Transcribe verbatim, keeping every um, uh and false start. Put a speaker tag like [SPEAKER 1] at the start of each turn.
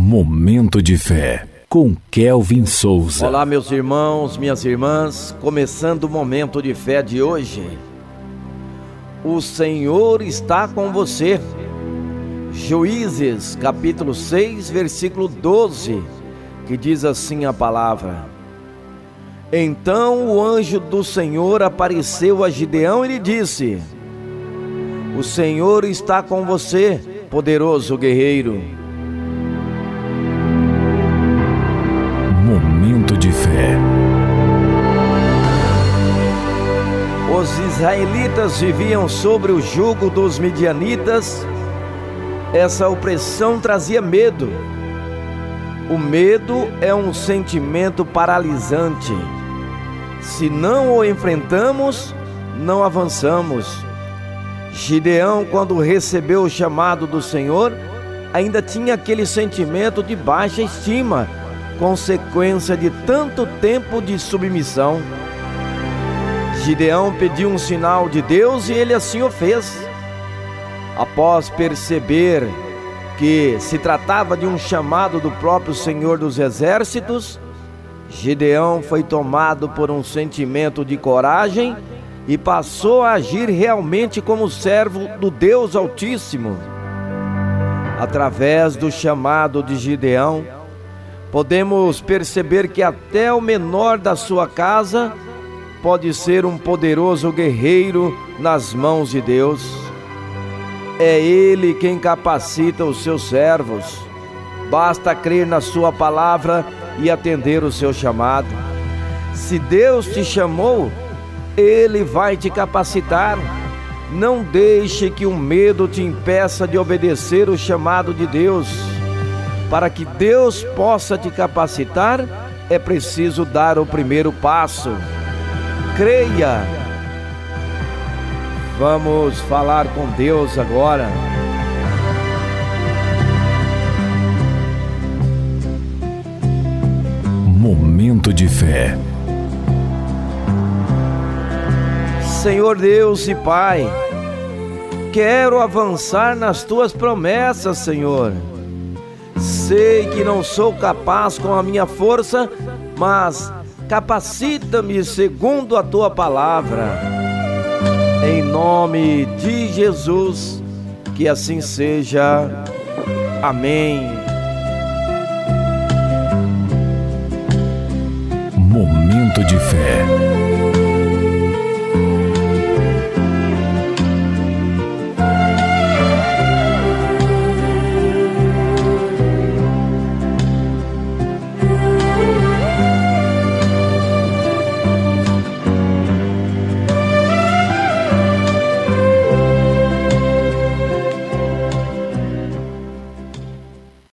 [SPEAKER 1] Momento de Fé, com Kelvin Souza.
[SPEAKER 2] Olá, meus irmãos, minhas irmãs, começando o Momento de Fé de hoje. O Senhor está com você. Juízes, capítulo seis, versículo doze, que diz assim a palavra: Então o anjo do Senhor apareceu a Gideão e lhe disse: O Senhor está com você, poderoso guerreiro.
[SPEAKER 1] Momento de Fé.
[SPEAKER 2] Os israelitas viviam sobre o jugo dos midianitas. Essa opressão trazia medo. O medo é um sentimento paralisante. Se não o enfrentamos, não avançamos. Gideão, quando recebeu o chamado do Senhor, ainda tinha aquele sentimento de baixa estima, consequência de tanto tempo de submissão. Gideão pediu um sinal de Deus e ele assim o fez. Após perceber que se tratava de um chamado do próprio Senhor dos Exércitos, Gideão foi tomado por um sentimento de coragem e passou a agir realmente como servo do Deus Altíssimo. Através do chamado de Gideão, podemos perceber que até o menor da sua casa pode ser um poderoso guerreiro nas mãos de Deus. É Ele quem capacita os seus servos. Basta crer na sua palavra e atender o seu chamado. Se Deus te chamou, Ele vai te capacitar. Não deixe que o medo te impeça de obedecer o chamado de Deus. Para que Deus possa te capacitar, é preciso dar o primeiro passo. Creia. Vamos falar com Deus agora.
[SPEAKER 1] Momento de Fé.
[SPEAKER 2] Senhor Deus e Pai, quero avançar nas Tuas promessas, Senhor. Sei que não sou capaz com a minha força, mas capacita-me segundo a Tua palavra. Em nome de Jesus, que assim seja. Amém.